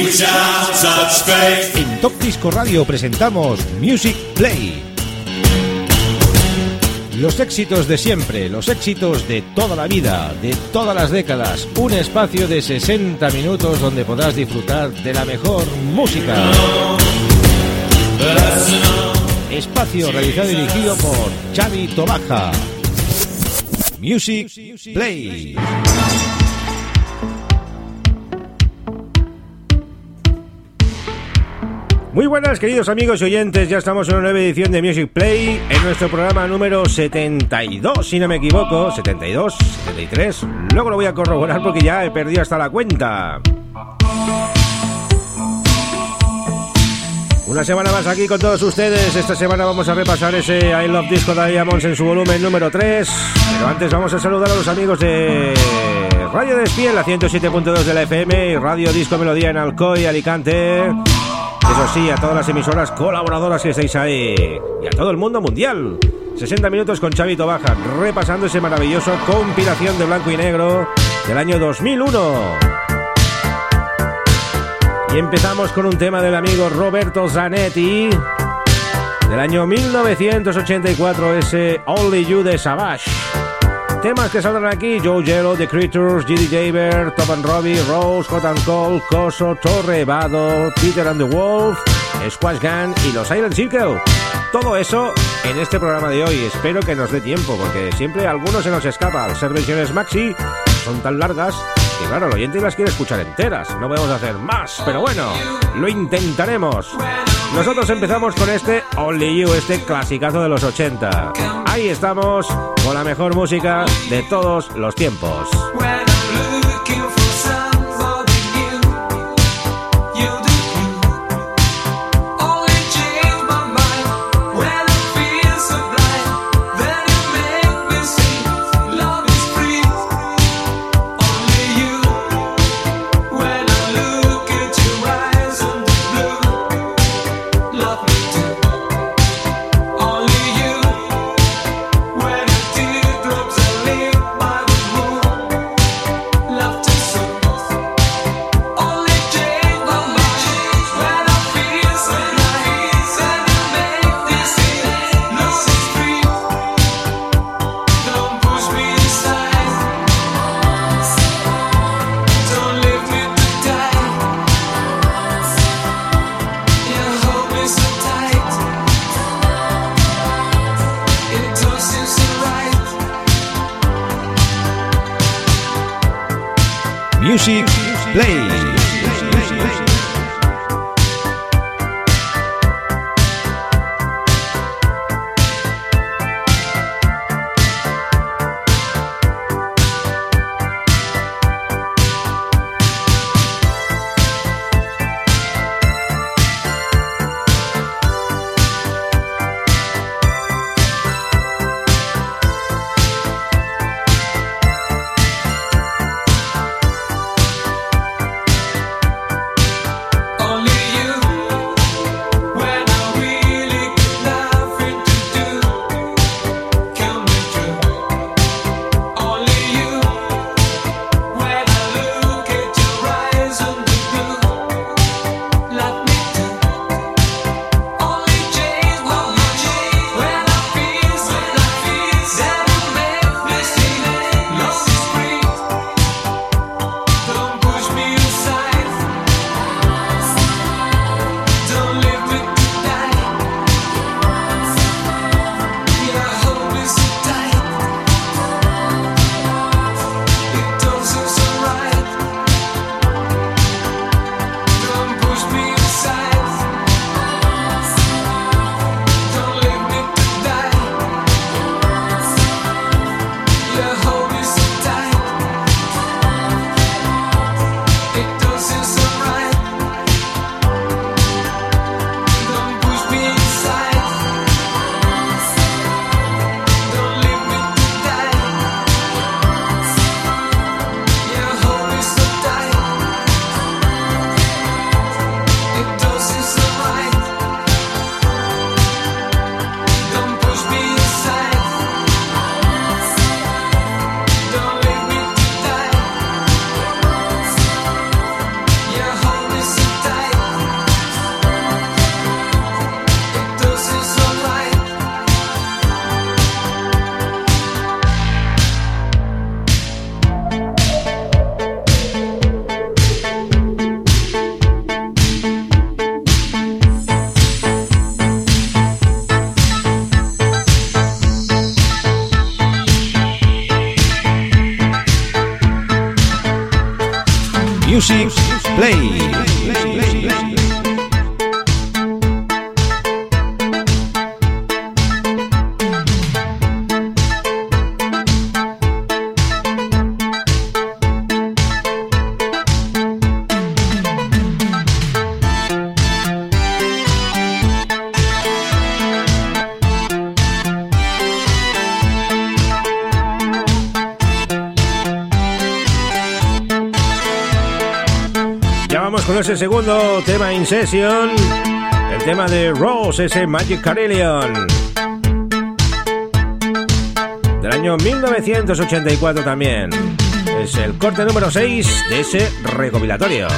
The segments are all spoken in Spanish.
En Top Disco Radio presentamos Music Play. Los éxitos de siempre, los éxitos de toda la vida, de todas las décadas. Un espacio de 60 minutos donde podrás disfrutar de la mejor música. Espacio realizado y dirigido por Xavi Tobaja. Music Play. Muy buenas, queridos amigos y oyentes, ya estamos en una nueva edición de Music Play, en nuestro programa número 72, si no me equivoco, 72, 73, luego lo voy a corroborar porque ya he perdido hasta la cuenta. Una semana más aquí con todos ustedes. Esta semana vamos a repasar ese I Love Disco Diamonds en su volumen número 3, pero antes vamos a saludar a los amigos de Radio Despiel, la 107.2 de la FM, y Radio Disco Melodía en Alcoy, Alicante. Eso sí, a todas las emisoras colaboradoras que estáis ahí y a todo el mundo mundial. 60 minutos con Xavi Tobaja, repasando ese maravilloso compilación de blanco y negro del año 2001. Y empezamos con un tema del amigo Roberto Zanetti del año 1984, ese Only You de Savage. Temas que saldrán aquí: Joe Jello, The Creatures, G.D. Jaber, Top and Robbie, Rose, Hot and Cold, Coso, Torre Vado, Peter and the Wolf, Squash Gun y los Silent Circle. Todo eso en este programa de hoy. Espero que nos dé tiempo, porque siempre algunos se nos escapa. Al ser versiones maxi, son tan largas que claro, el oyente las quiere escuchar enteras. No podemos hacer más, pero bueno, lo intentaremos. Nosotros empezamos con este Only You, este clasicazo de los 80. Ahí estamos con la mejor música de todos los tiempos. Music Play. Music Play. Con ese segundo tema in session, el tema de Rose, ese Magic Carillon del año 1984 también. Es el corte número 6 de ese recopilatorio.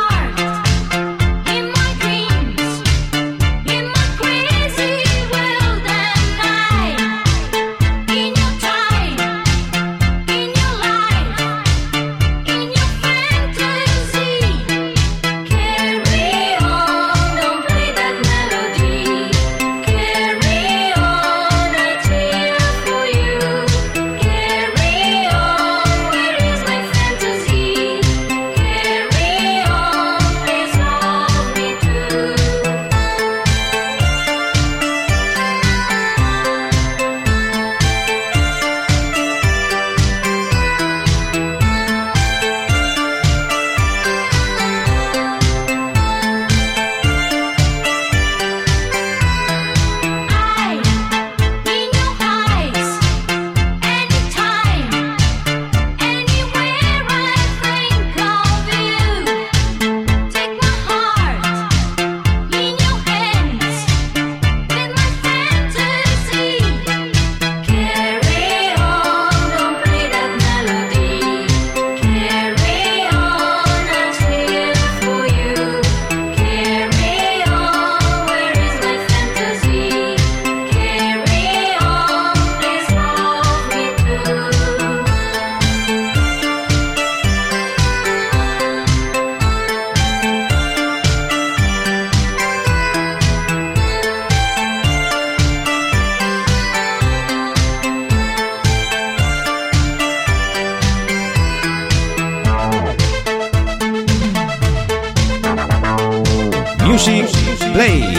Music Play.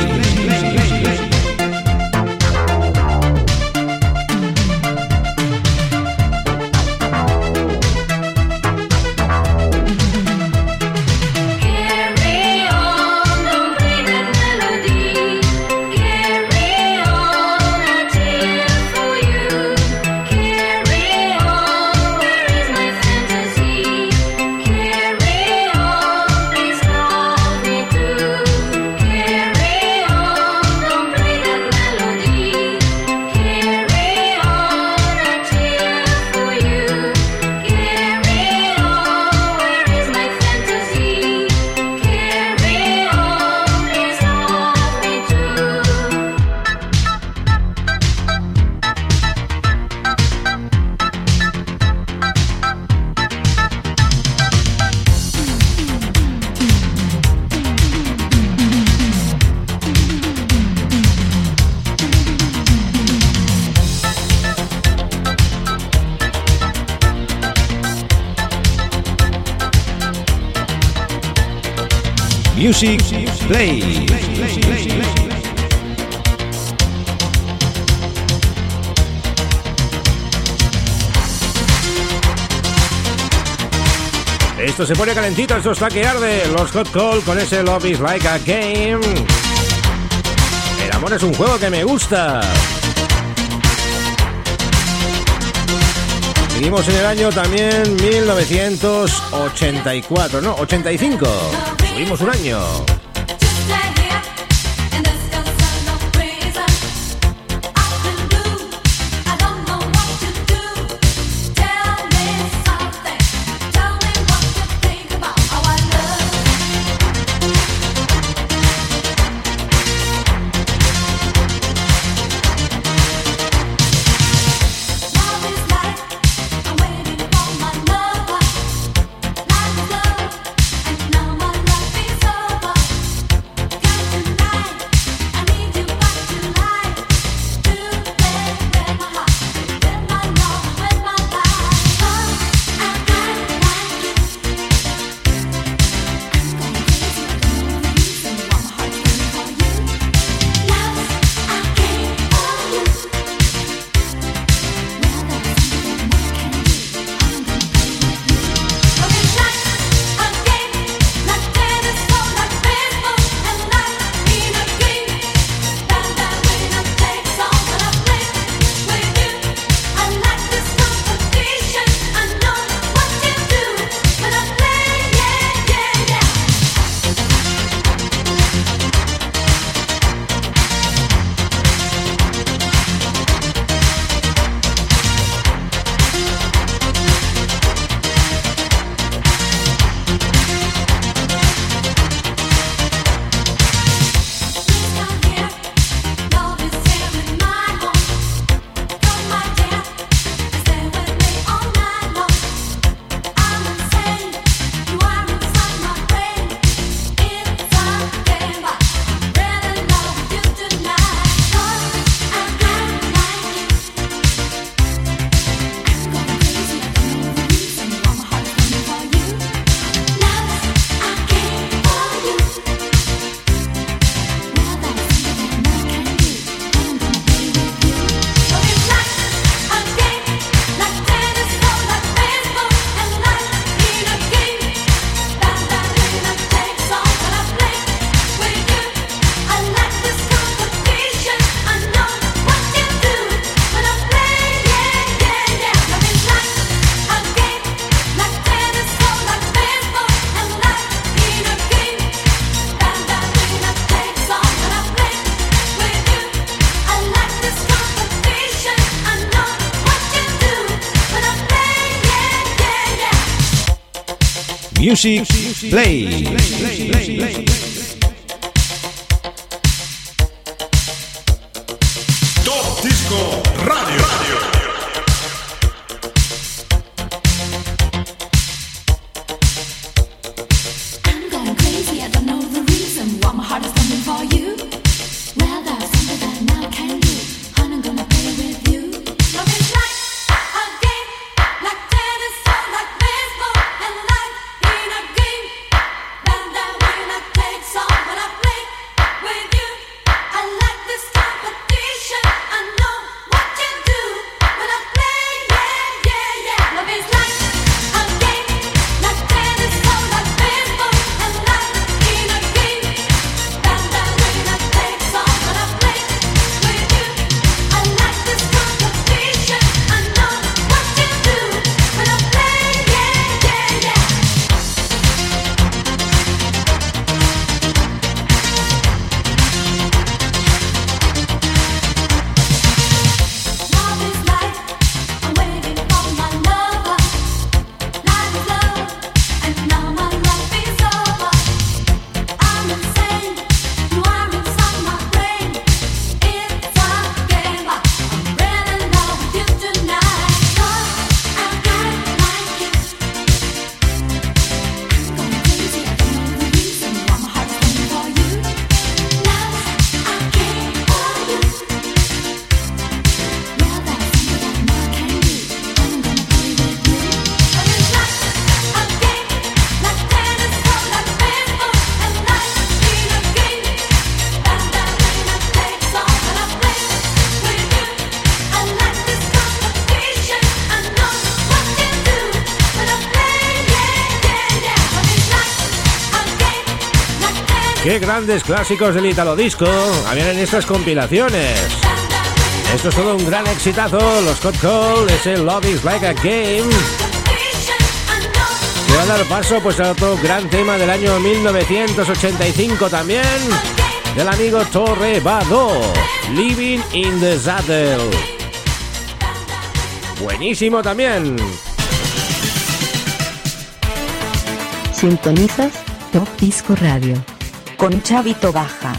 Music Play. Esto se pone calentito, esto está que arde. Los Hot Call con ese Love is Like a Game. El amor es un juego que me gusta. Seguimos en el año también 1984, no, 85. Subimos un año. Music Play. Top Disco Radio. I'm going crazy, I don't know the reason why my heart is thumping for you. Well, there's something that now can do, and I'm gonna play with you. Love is like a game, like tennis or like baseball, and life in a game. Then that when I take some, when I play with you, I like this competition. I know what you do when I play, yeah, yeah, yeah. Love is like a game, like tennis or like baseball, and life in a game. Then that when I take some, when I play with you, I like this competition. I know what you do when I play, yeah, yeah, yeah. Love is life, I'm waiting for my lover. Life is love, and now my life is over. I'm insane, you are inside my brain. It's a game, I'm really in love with you tonight. 'Cause I like you. I'm going crazy, I don't know the reason why my heart is beating for you. Love, I came for you. Well, that's something that now can do, and I'm gonna play with you. But it's like a game, like tennis or like baseball, and life in a game. And that when I take some, when I play with you, I like this competition. I know what you do when I play, yeah, yeah, yeah. But it's like a game, like tennis. Qué grandes clásicos del Italo Disco habían en estas compilaciones. Esto es todo un gran exitazo. Los Hot Cole, ese Love is Like a Game. Que va a dar paso pues a otro gran tema del año 1985 también, del amigo Torre Bado, Living in the Saddle. Buenísimo también. Sintonizas Top Disco Radio con Chavito Baja.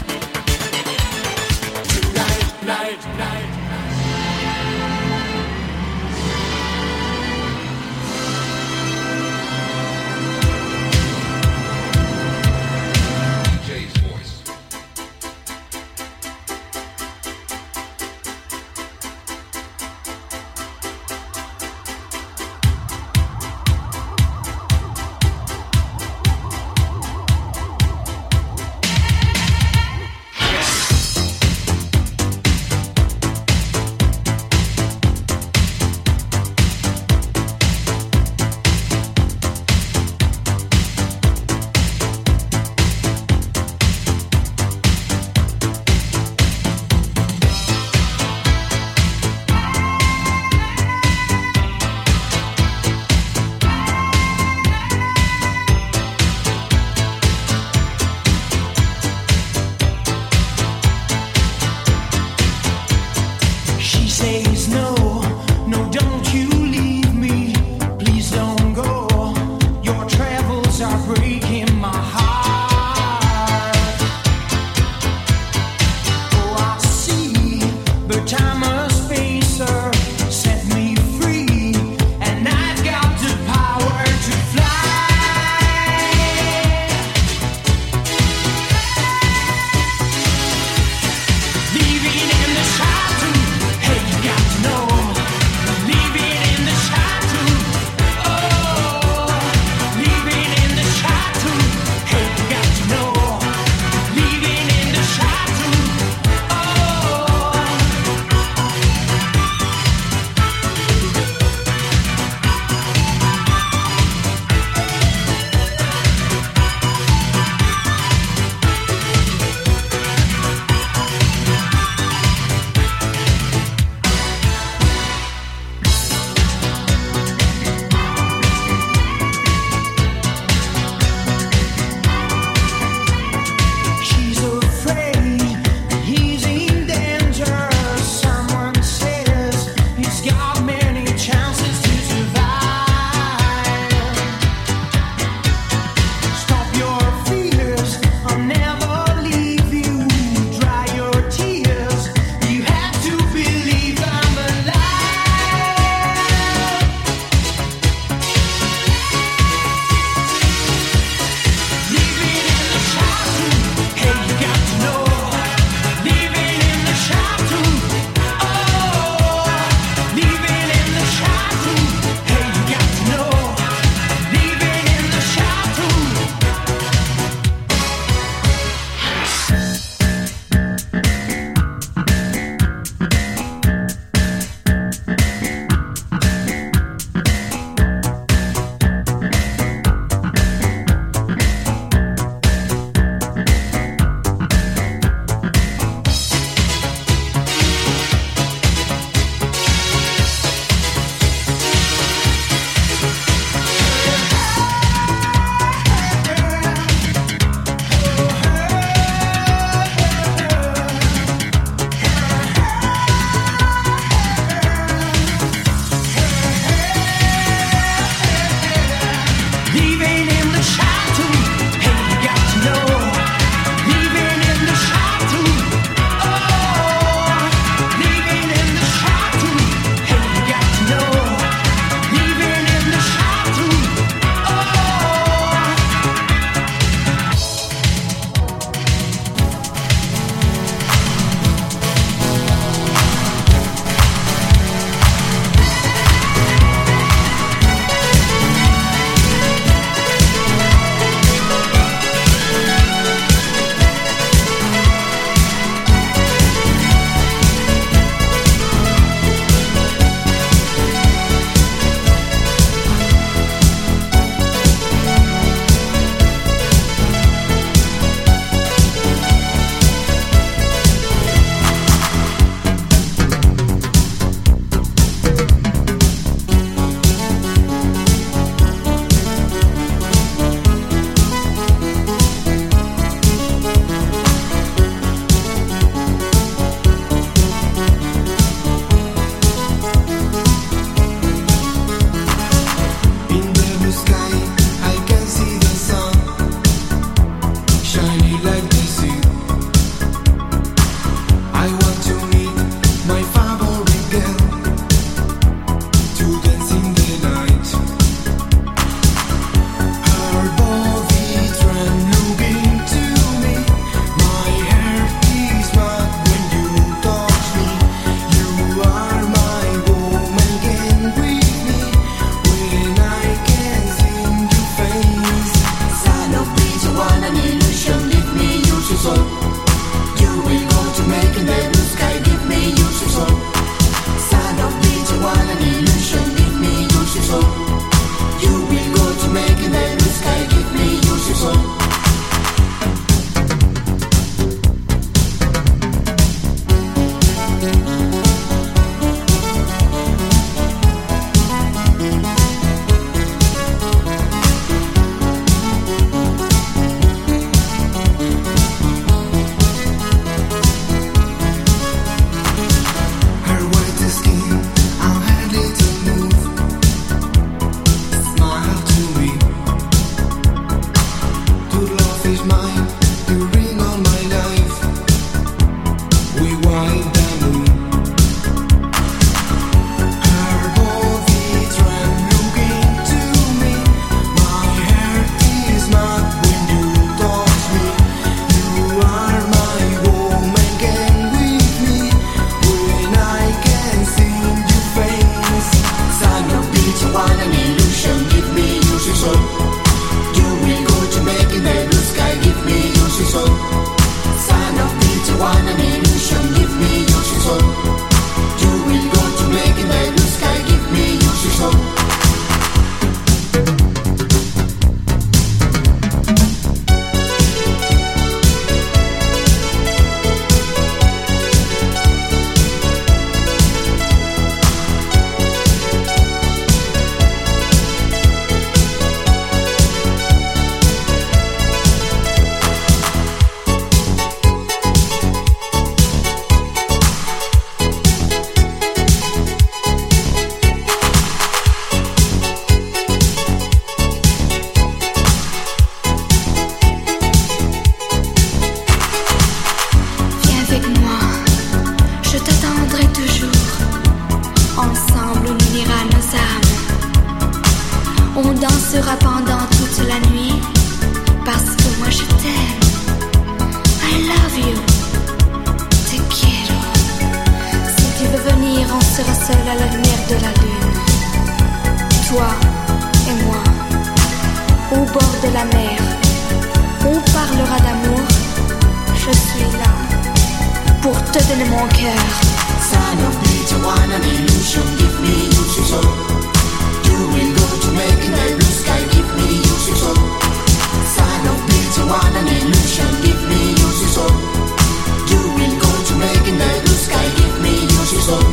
au bord de la mer. On parlera d'amour. Je suis là pour te donner mon cœur. Sign of Peter, one an illusion. Give me your soul. You will go to making the blue sky. Give me your soul. Sign of Peter, one an illusion. Give me your soul. You will go to making the blue sky. Give me your soul.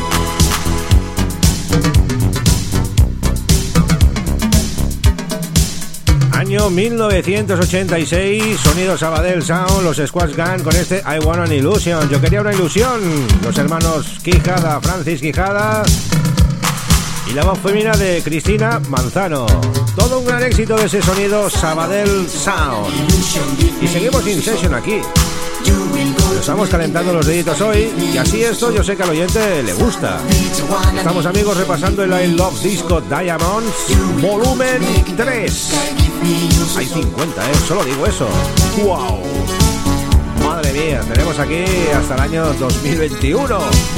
Año 1986, sonido Sabadell Sound, los Squash Gun con este I Want an Illusion. Yo quería una ilusión. Los hermanos Quijada, Francis Quijada y la voz femenina de Cristina Manzano. Todo un gran éxito de ese sonido Sabadell Sound. Y seguimos in session aquí. Nos estamos calentando los deditos hoy y así esto yo sé que al oyente le gusta. Estamos amigos repasando el I Love Disco Diamonds volumen 3. Hay 50, solo digo eso. ¡Wow! Madre mía, tenemos aquí hasta el año 2021.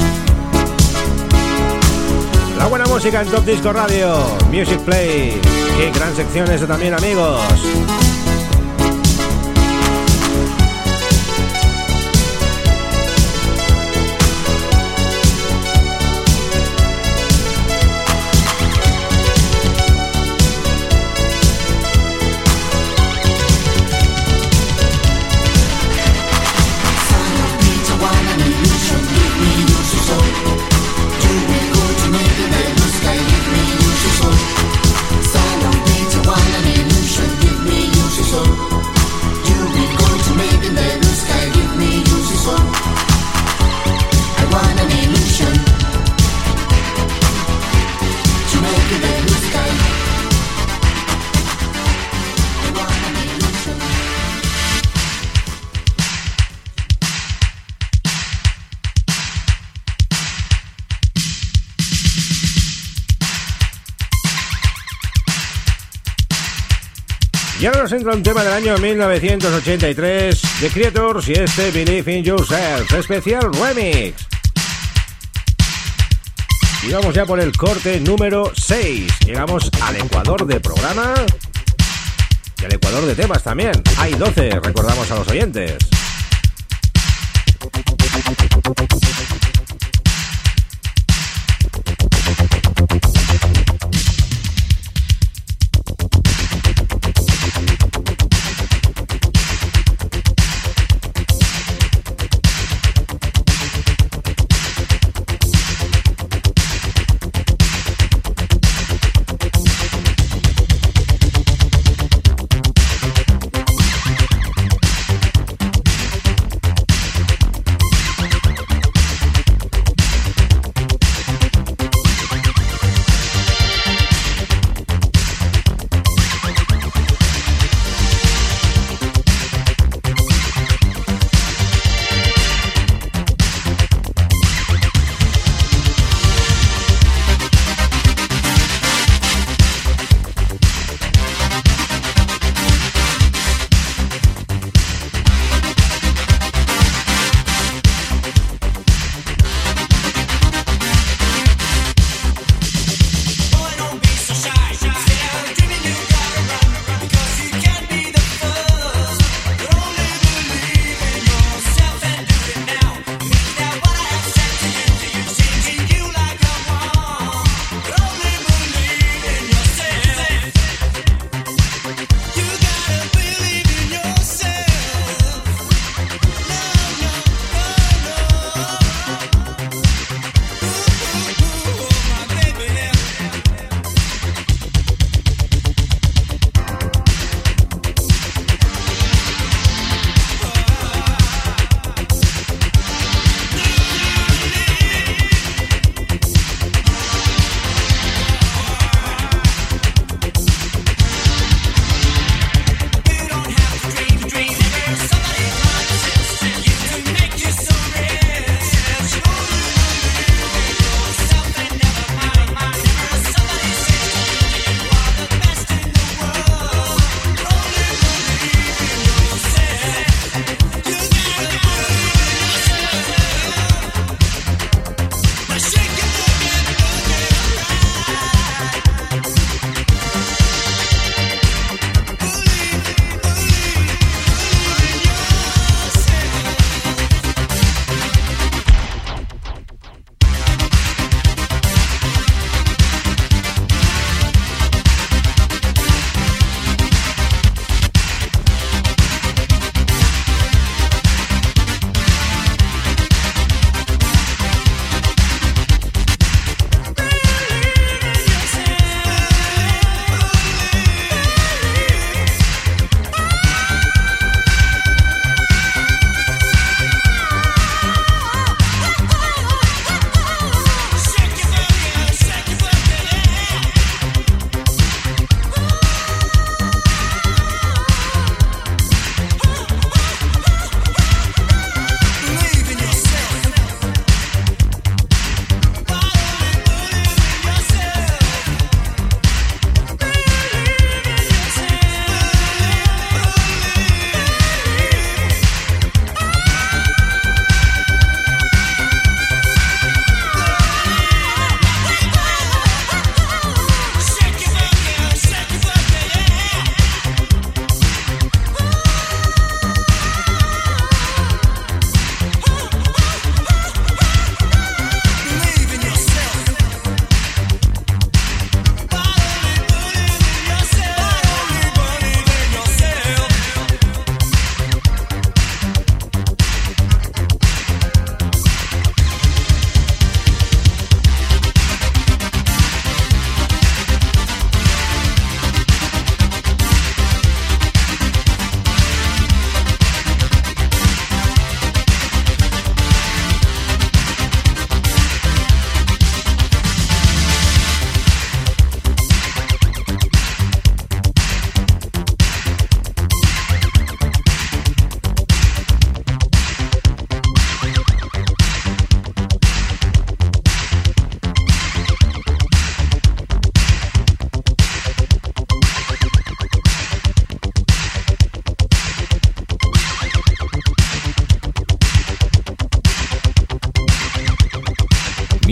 La buena música en Top Disco Radio, Music Play. Qué gran sección esta también, amigos. Y ahora nos entra un tema del año 1983 de Creators y este Believe in Yourself, especial remix. Y vamos ya por el corte número 6. Llegamos al Ecuador de programa y al Ecuador de temas también. Hay 12, recordamos a los oyentes.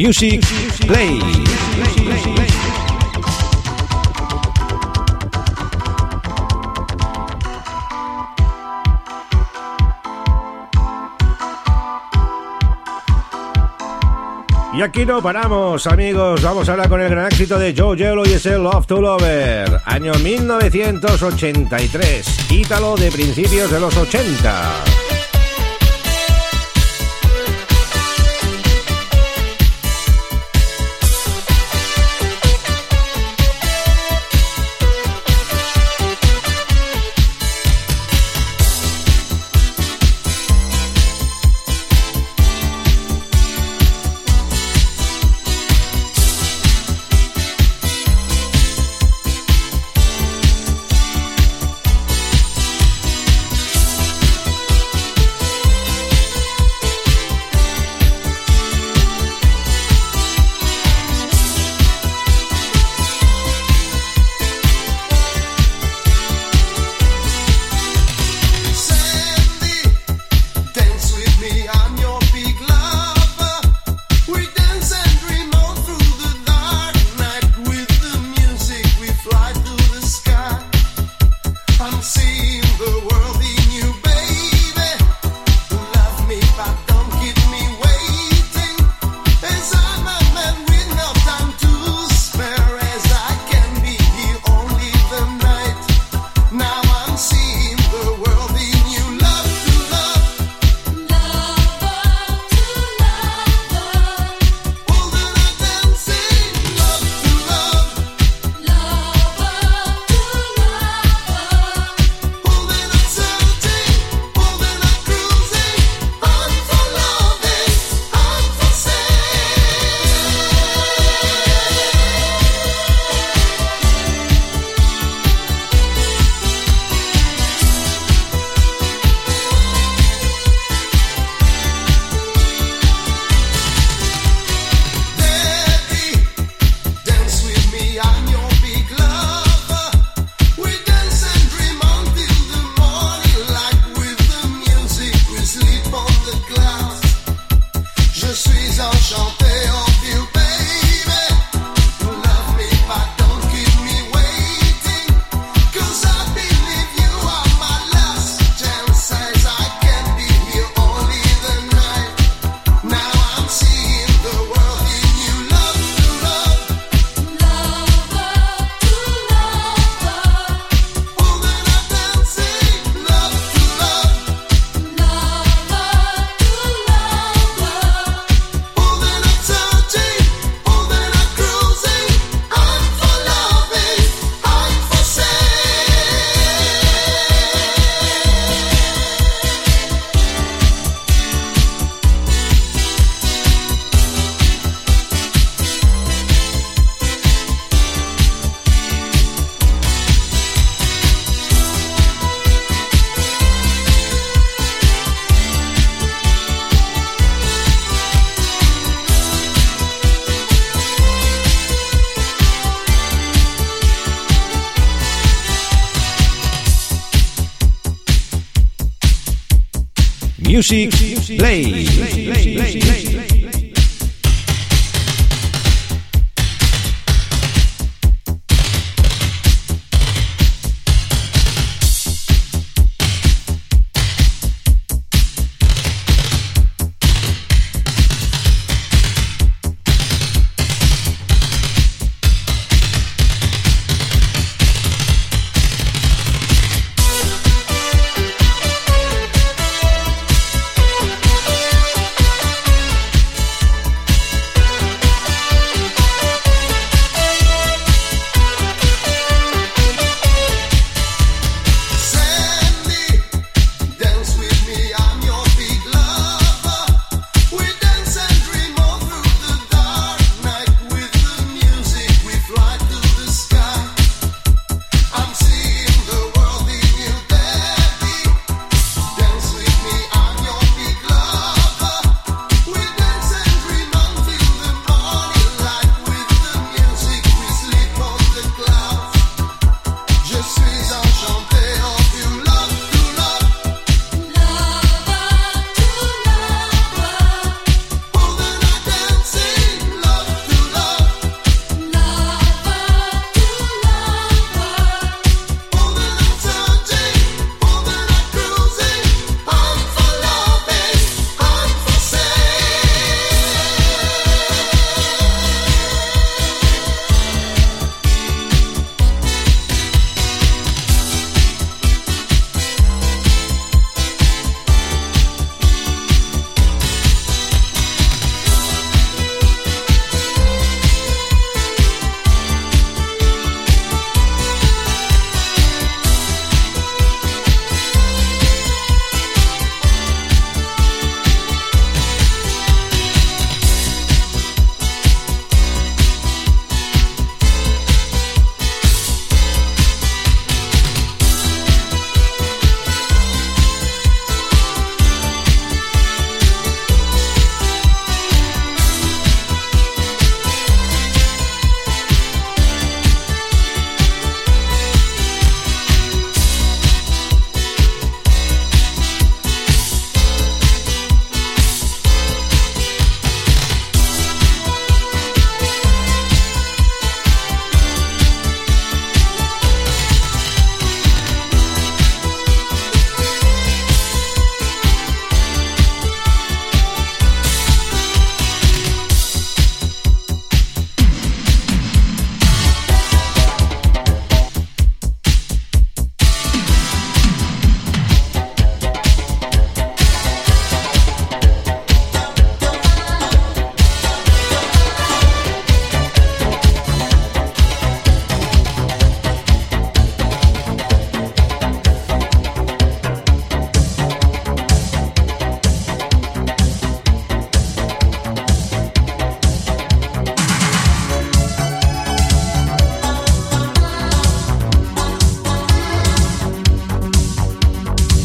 Music Play. Y aquí no paramos, amigos. Vamos ahora con el gran éxito de Joe Jello y ese Love to Lover. Año 1983. Ítalo de principios de los 80. Music Play.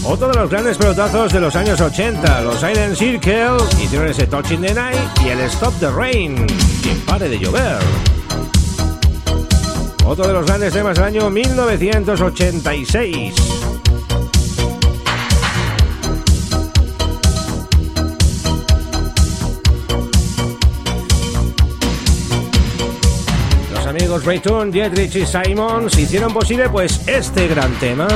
Otro de los grandes pelotazos de los años 80, los Silent Circle hicieron ese Touching the Night y el Stop the Rain, que pare de llover. Otro de los grandes temas del año 1986. Los amigos Ray Tune, Dietrich y Simons hicieron posible pues este gran tema.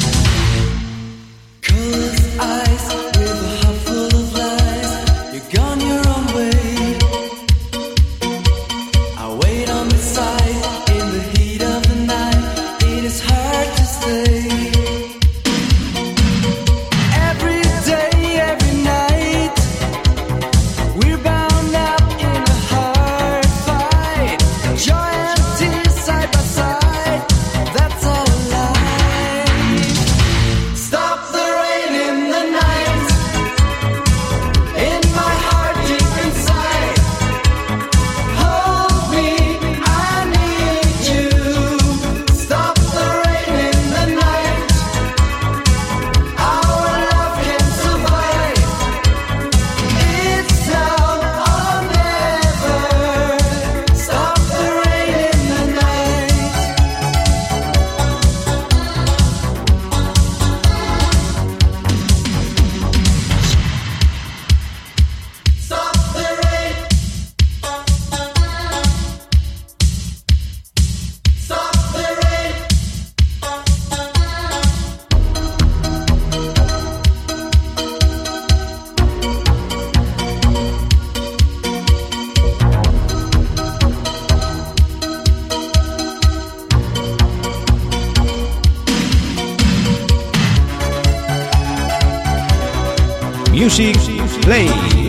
Music Play.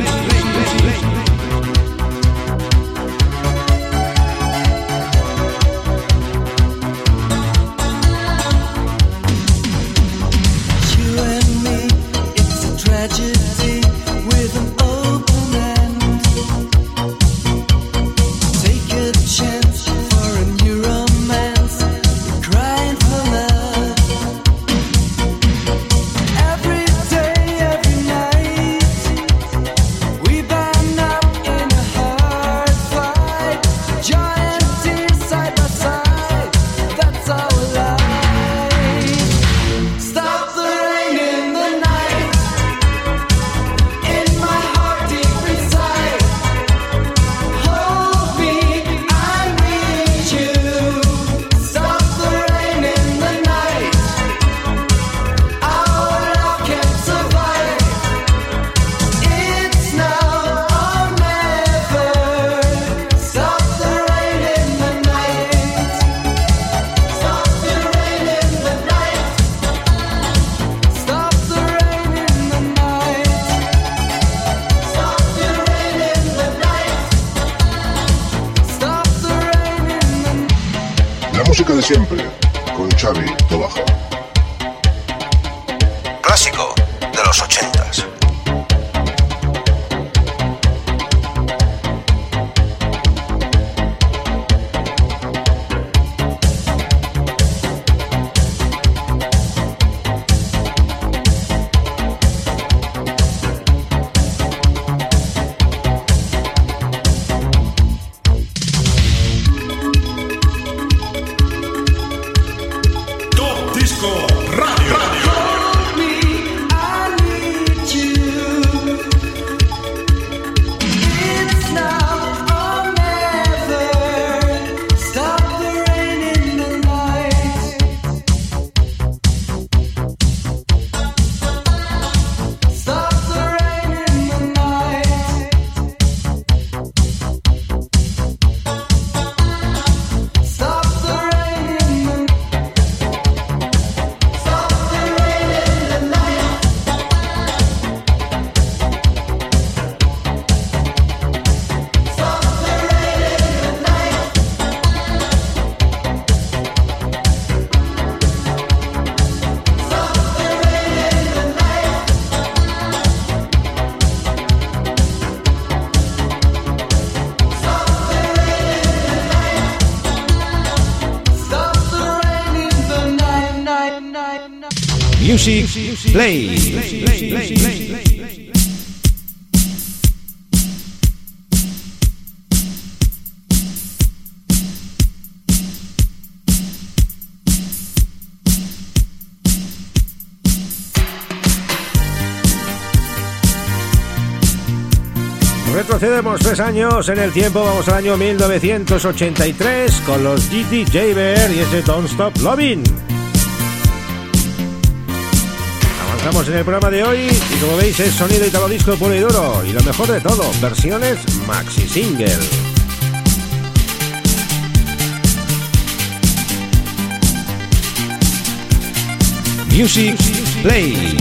Música de siempre, con Xavi Tobaja. Clásico de los 80s. Stop the rain. Music Play. Retrocedemos 3 años en el tiempo, vamos al año 1983 con los Didi Jaber y ese Don't Stop Lovin'. Avanzamos en el programa de hoy y como veis es sonido italo disco puro y duro y lo mejor de todo, versiones maxi single. Music Play.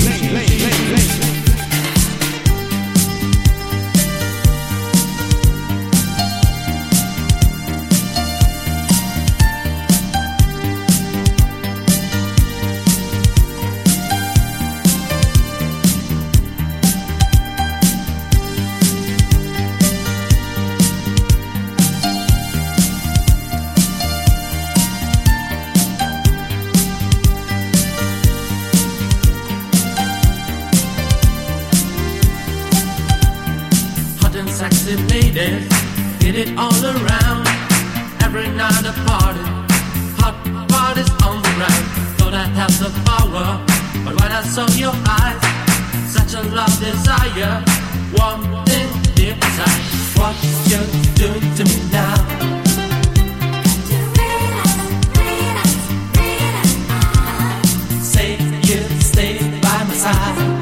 Did it all around, every night a party, hot parties on the ground. Thought I had the power, but when I saw your eyes, such a love desire, one thing deep inside, what you're doing to me now. Say you'd stay by my side.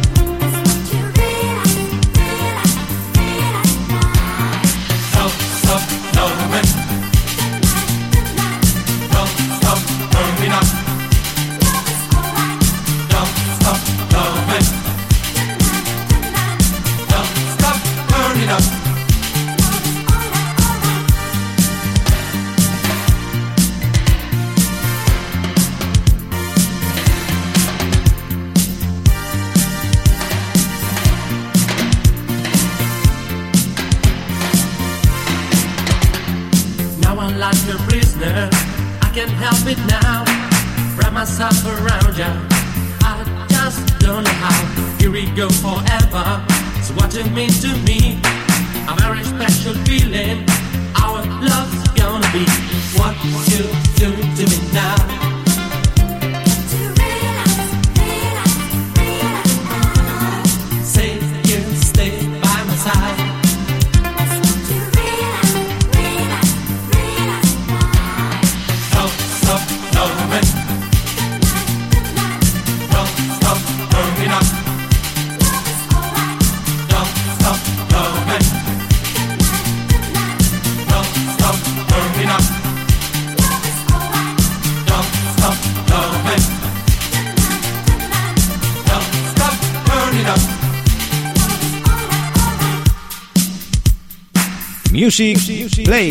Help it now, wrap myself around ya. I just don't know how. Here we go forever. So what you mean to me? A very special feeling. Our love's gonna be what you do to me now. Say you stay by my side. Music Play.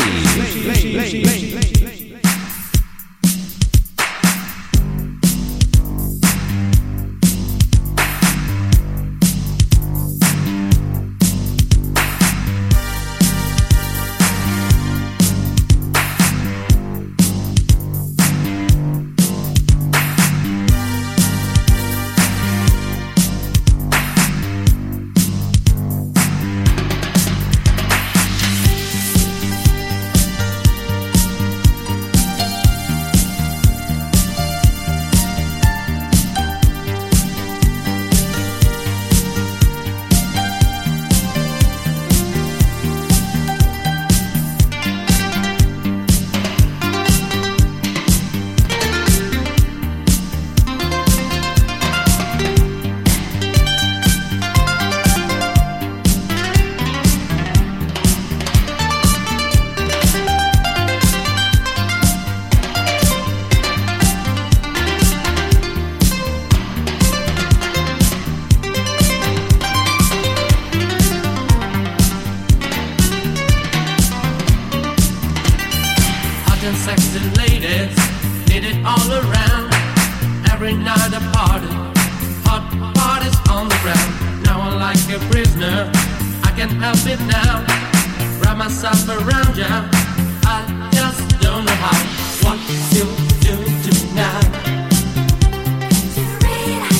Now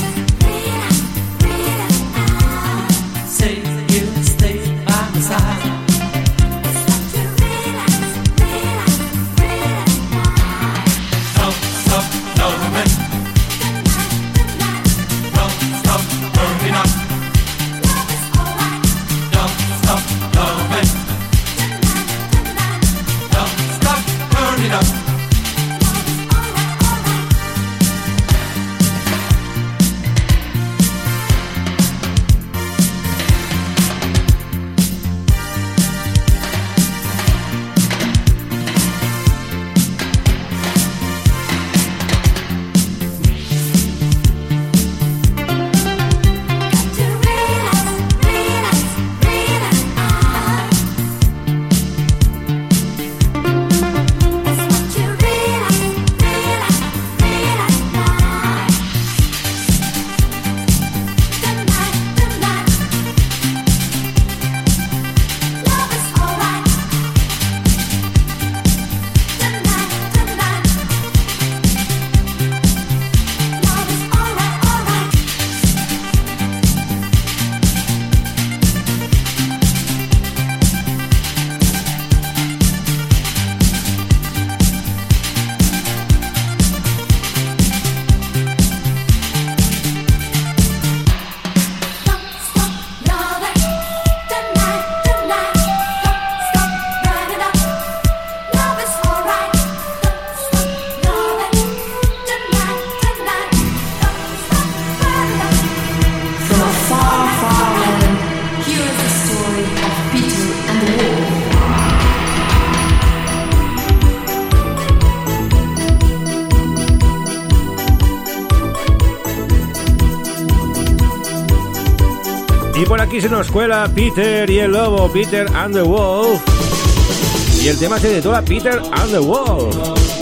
Y por aquí se nos cuela Peter y el Lobo, Peter and the Wolf. Y el tema se titula Peter and the Wolf.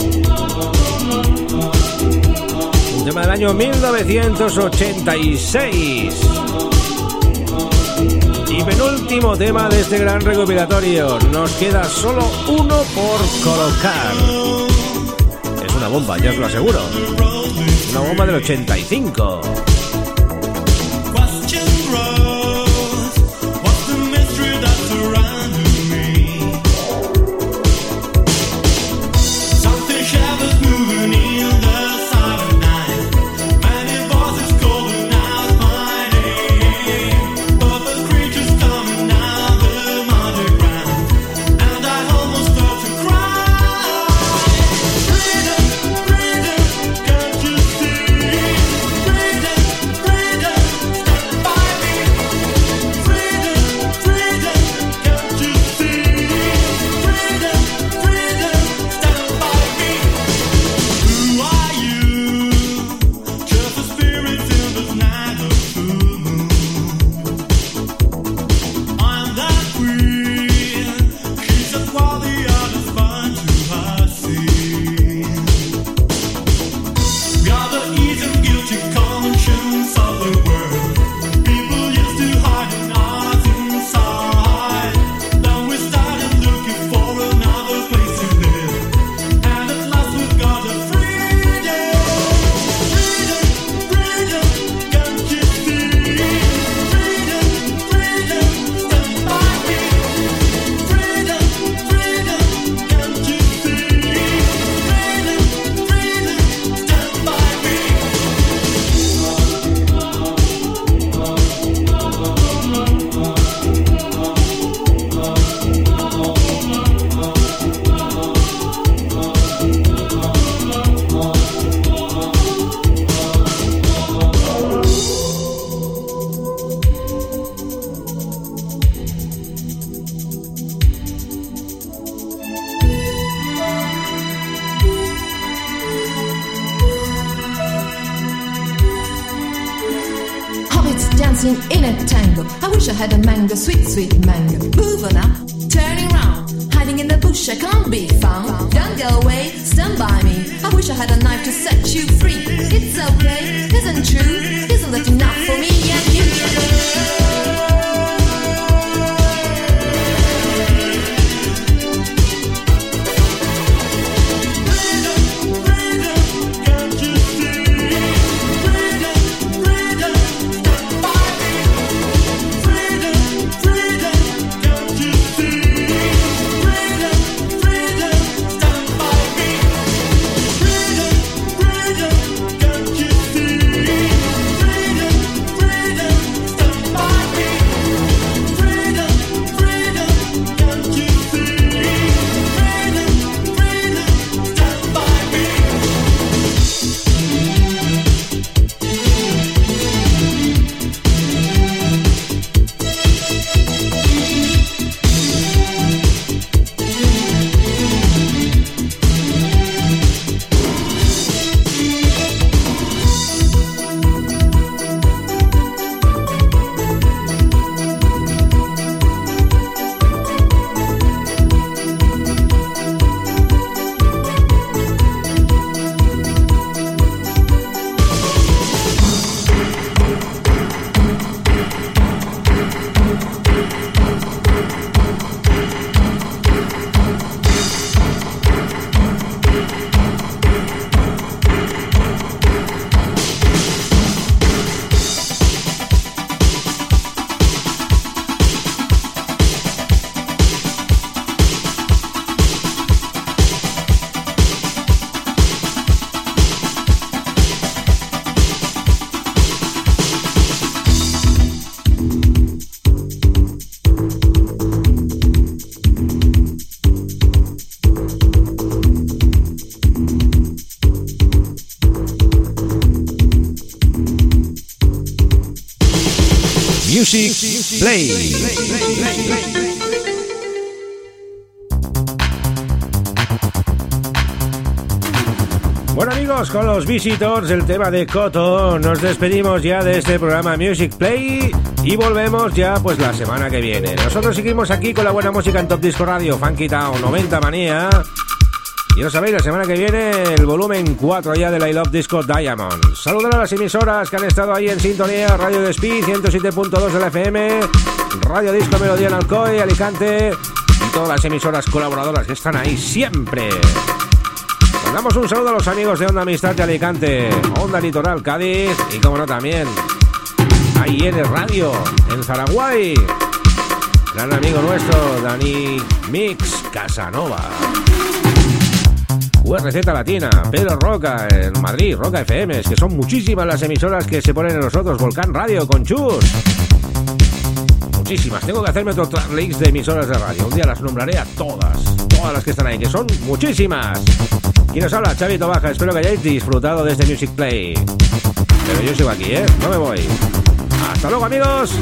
Un tema del año 1986. Y penúltimo tema de este gran recopilatorio. Nos queda solo uno por colocar. Es una bomba, ya os lo aseguro. Una bomba del 85. In a tango, I wish I had a mango, sweet, sweet mango. Moving up, turning round, hiding in the bush, I can't be found. Don't go away, stand by me. I wish I had a knife to set you free. It's okay, isn't true? Isn't that enough for me and you? Music Play. Bueno Amigos, con los Visitors, el tema de Koto, nos despedimos ya de este programa Music Play y volvemos ya pues la semana que viene. Nosotros seguimos aquí con la buena música en Top Disco Radio, Funky Town, 90 Manía. Y ya sabéis, la semana que viene el volumen 4 ya de la I Love Disco Diamonds. Saludar a las emisoras que han estado ahí en sintonía: Radio Despí, 107.2 de la FM, Radio Disco Melodía en Alcoy, Alicante, y todas las emisoras colaboradoras que están ahí siempre. Damos un saludo a los amigos de Onda Amistad de Alicante, Onda Litoral Cádiz y, como no, también a IN Radio en Zaragoza. Gran amigo nuestro, Dani Mix Casanova. URZ Latina, Pedro Roca en Madrid, Roca FM. Es que son muchísimas las emisoras que se ponen en nosotros. Volcán Radio con Chus. Muchísimas. Tengo que hacerme otro tracklist de emisoras de radio. Un día las nombraré a todas las que están ahí, que son muchísimas. Y nos habla Chavito Baja, espero que hayáis disfrutado de este Music Play. Pero yo sigo aquí, no me voy. Hasta luego, amigos.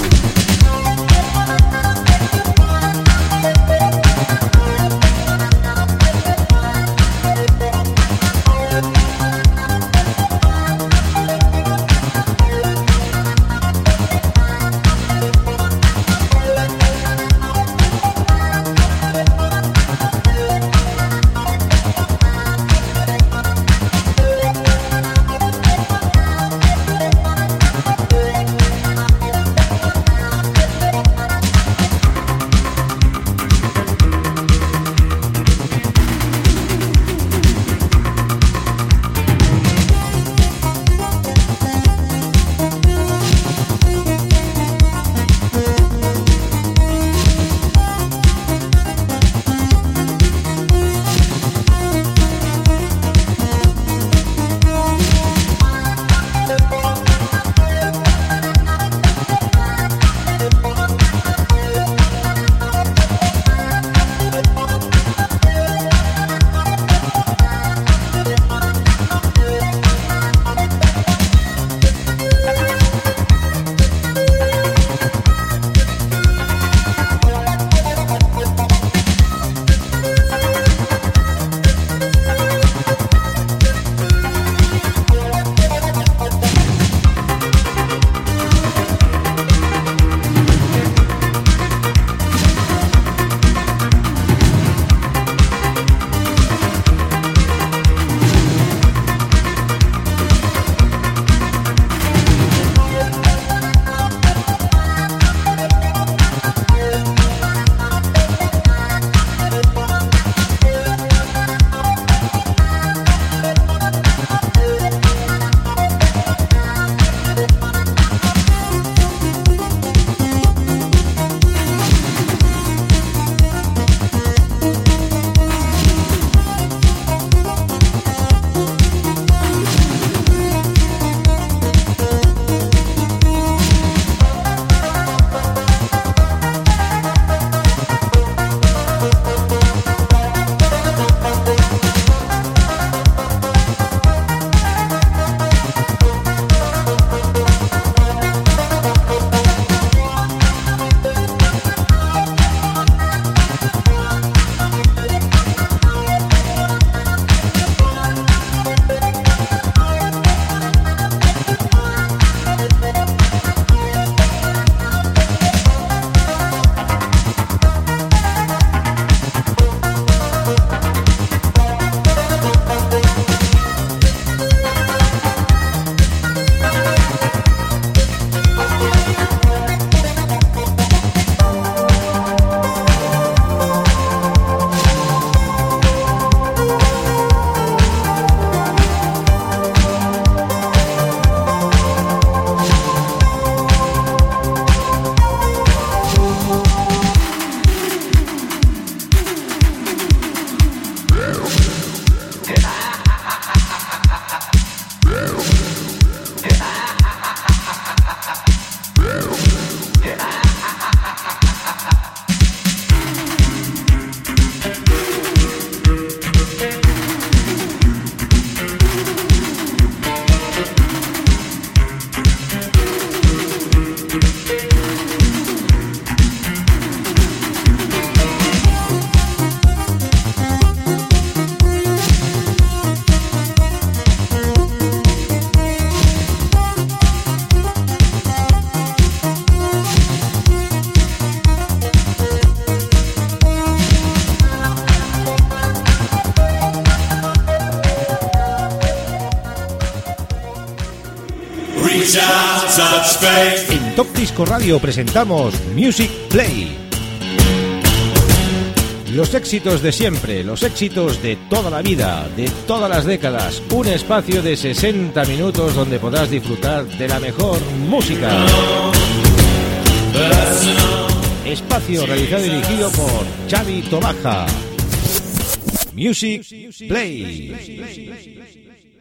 En Top Disco Radio presentamos Music Play. Los éxitos de siempre, los éxitos de toda la vida, de todas las décadas. Un espacio de 60 minutos donde podrás disfrutar de la mejor música. Espacio realizado y dirigido por Xavi Tobaja. Music Play.